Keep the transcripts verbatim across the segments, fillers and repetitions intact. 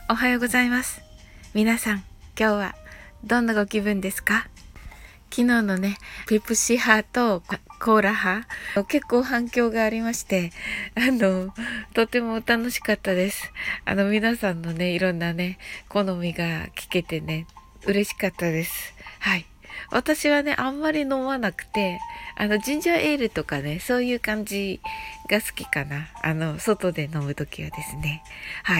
おはようございます。皆さん、今日はどんなご気分ですか？昨日のね、ペプシ派とコーラ派、結構反響がありまして、あの、とても楽しかったです。あの、皆さんのね、いろんなね、好みが聞けてね、嬉しかったです。はい。私はね、あんまり飲まなくて、あの、ジンジャーエールとかね、そういう感じが好きかな。あの、外で飲むときはですね。はい。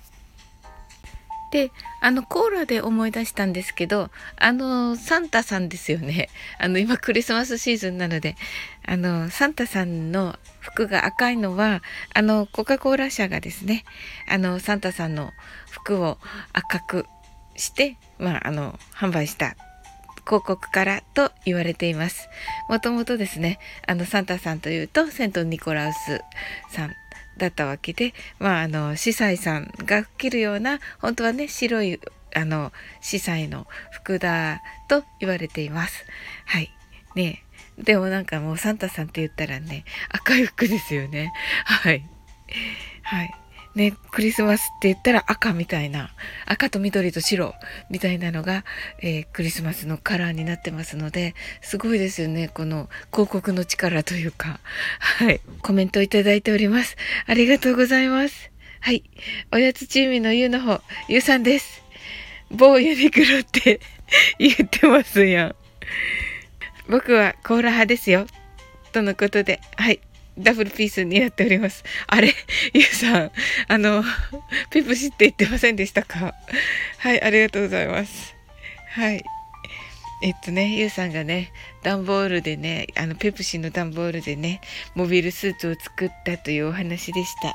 で、あの、コーラで思い出したんですけど、あの、サンタさんですよね。あの、今クリスマスシーズンなので、あの、サンタさんの服が赤いのは、あの、コカ・コーラ社がですね、あの、サンタさんの服を赤くして、まあ、あの、販売した広告からと言われています。もともとですね、あの、サンタさんというと、セント・ニコラウスさんだったわけで、まあ、あの、司祭さんが着るような、本当はね、白い、あの、司祭の服だと言われています。はい。ねえ。でもなんかもうサンタさんって言ったらね、赤い服ですよね。はい。はい。ね、クリスマスって言ったら赤みたいな、赤と緑と白みたいなのが、えー、クリスマスのカラーになってますので、すごいですよね、この広告の力というか。はい。コメントいただいております。ありがとうございます。はい。おやつチームのゆうの方、ゆうさんです。某ユニクロって言ってますやん。僕はコーラ派ですよ。とのことで、はい。ダブルピースになっております。あれゆうさん、あの、ペプシって言ってませんでしたか？はい、ありがとうございます。はい。えっとね、ゆうさんがね、段ボールでね、あの、ペプシの段ボールでね、モビルスーツを作ったというお話でした。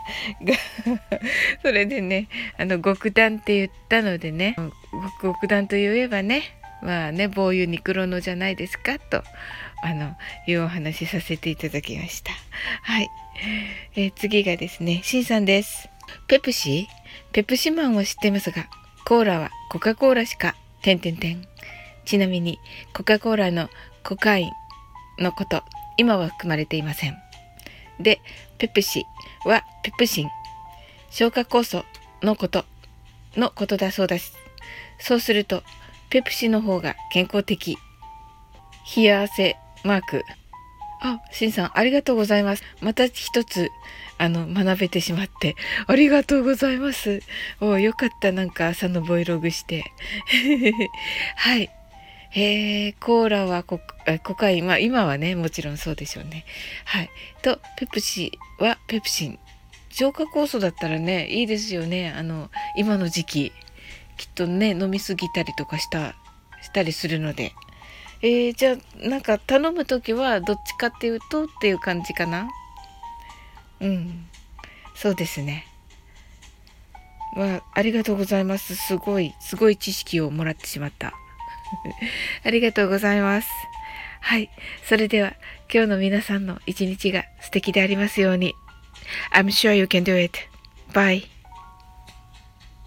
が、それでね、あの、極暖って言ったのでね、極暖といえばね、まあね、某ユニクロのじゃないですか、と、あの、いうお話しさせていただきました。はい。えー次がですね、シンさんです。ペプシペプシマンは知ってますが、コーラはコカ・コーラしか、てんてんてん。ちなみに、コカ・コーラのコカインのこと、今は含まれていません。で、ペプシはペプシン、消化酵素のことのことだそうです。そうすると、ペプシの方が健康的。冷や汗マーク。あ、しんさん、ありがとうございます。また一つ、あの、学べてしまって、ありがとうございます。お、よかった、なんか朝のボイログして。はい。へえ、コーラはココカイン。まあ、今はね、もちろんそうでしょうね。はい。と、ペプシはペプシン。消化酵素だったらね、いいですよね。あの、今の時期。きっとね、飲みすぎたりとかした、したりするので。えー、じゃあ、なんか頼むときはどっちかっていうとっていう感じかな。うん。そうですね。まあ、ありがとうございます。すごい、すごい知識をもらってしまった。ありがとうございます。はい。それでは、今日の皆さんの一日が素敵でありますように。I'm sure you can do it. Bye.